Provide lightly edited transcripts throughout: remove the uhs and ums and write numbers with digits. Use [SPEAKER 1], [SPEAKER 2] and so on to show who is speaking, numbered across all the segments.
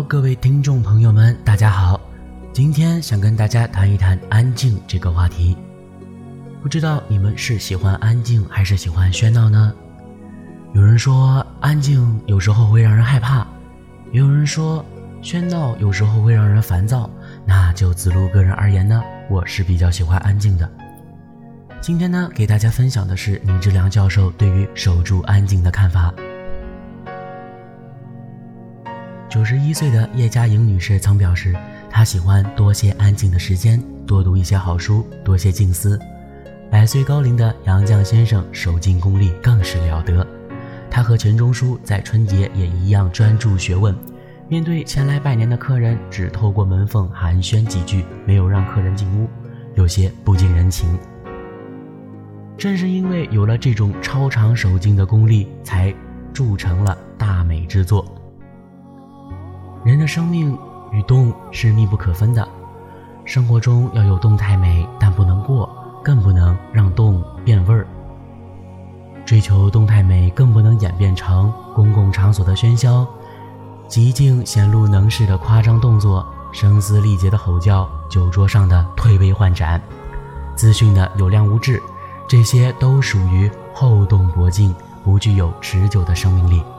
[SPEAKER 1] 各位听众朋友们，大家好。今天想跟大家谈一谈安静这个话题。不知道你们是喜欢安静还是喜欢喧闹呢？有人说安静有时候会让人害怕，也有人说喧闹有时候会让人烦躁。那就自路个人而言呢，我是比较喜欢安静的。今天呢，给大家分享的是倪志良教授对于守住安静的看法。91岁的叶嘉莹女士曾表示，她喜欢多些安静的时间，多读一些好书，多些静思。100岁高龄的杨绛先生守静功力更是了得，他和钱钟书在春节也一样专注学问，面对前来拜年的客人，只透过门缝寒暄几句，没有让客人进屋，有些不近人情。正是因为有了这种超常守静的功力，才铸成了大美之作。人的生命与动是密不可分的，生活中要有动态美，但不能过，更不能让动变味儿。追求动态美，更不能演变成公共场所的喧嚣，极静显露能事的夸张动作，声嘶力竭的吼叫，酒桌上的推杯换盏，资讯的有量无质，这些都属于厚动薄静，不具有持久的生命力。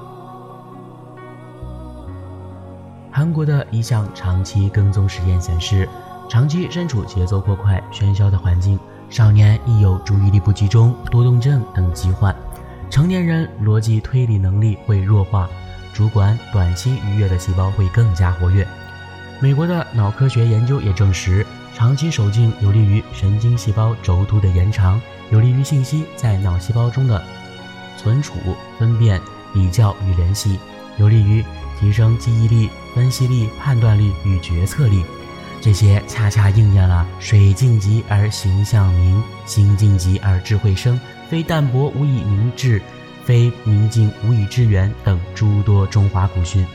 [SPEAKER 1] 韩国的一项长期跟踪实验显示，长期身处节奏过快、喧嚣的环境，少年易有注意力不集中、多动症等疾患，成年人逻辑推理能力会弱化，主管短期愉悦的细胞会更加活跃。美国的脑科学研究也证实，长期守静有利于神经细胞轴突的延长，有利于信息在脑细胞中的存储、分辨、比较与联系，有利于提升记忆力、分析力、判断力与决策力。这些恰恰应验了水静极而形象明，心静极而智慧生，非淡泊无以明志，非宁静无以致远等诸多中华古训。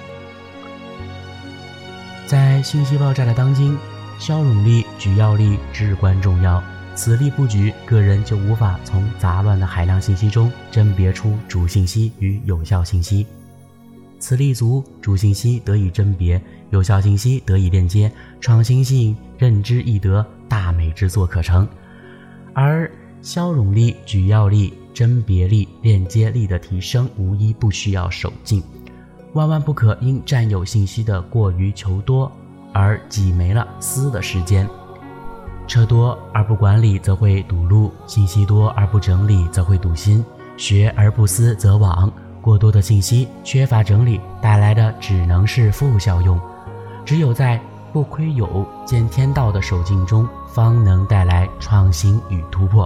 [SPEAKER 1] 在信息爆炸的当今，消融力、举要力至关重要，此力不举，个人就无法从杂乱的海量信息中甄别出主信息与有效信息。此力足，主信息得以甄别，有效信息得以链接，创新性、认知易得，大美之作可成。而消融力、举要力、甄别力、链接力的提升，无一不需要守静，万万不可因占有信息的过于求多而挤没了思的时间。车多而不管理则会堵路，信息多而不整理则会堵心，学而不思则罔。过多的信息，缺乏整理带来的只能是负效用，只有在不窥有、见天道的守静中，方能带来创新与突破。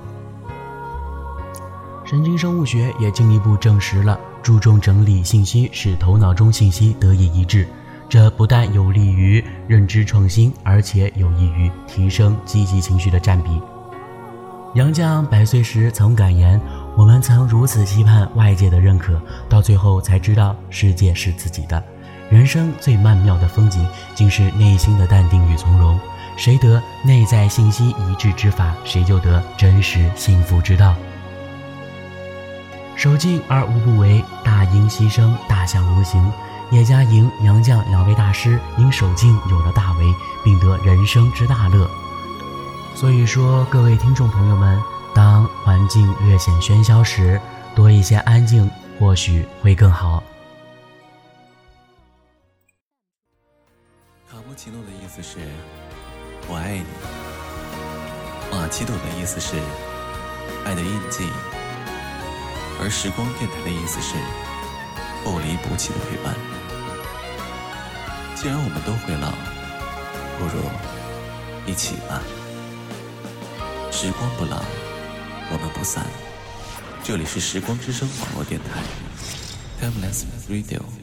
[SPEAKER 1] 神经生物学也进一步证实了，注重整理信息使头脑中信息得以一致，这不但有利于认知创新，而且有益于提升积极情绪的占比。杨绛100岁时曾感言，我们曾如此期盼外界的认可，到最后才知道世界是自己的。人生最曼妙的风景，竟是内心的淡定与从容。谁得内在信息一致之法，谁就得真实幸福之道。守静而无不为，大音希声，大象无形。叶嘉莹、杨绛两位大师因守静有了大为，并得人生之大乐。所以说，各位听众朋友们，当环境略显喧嚣时，多一些安静，或许会更好。
[SPEAKER 2] 卡布奇诺的意思是我爱你，马奇朵的意思是爱的印记，而时光电台的意思是不离不弃的陪伴。既然我们都会老，不如一起吧。时光不老，我们不散。这里是时光之声网络电台 Timeless Radio。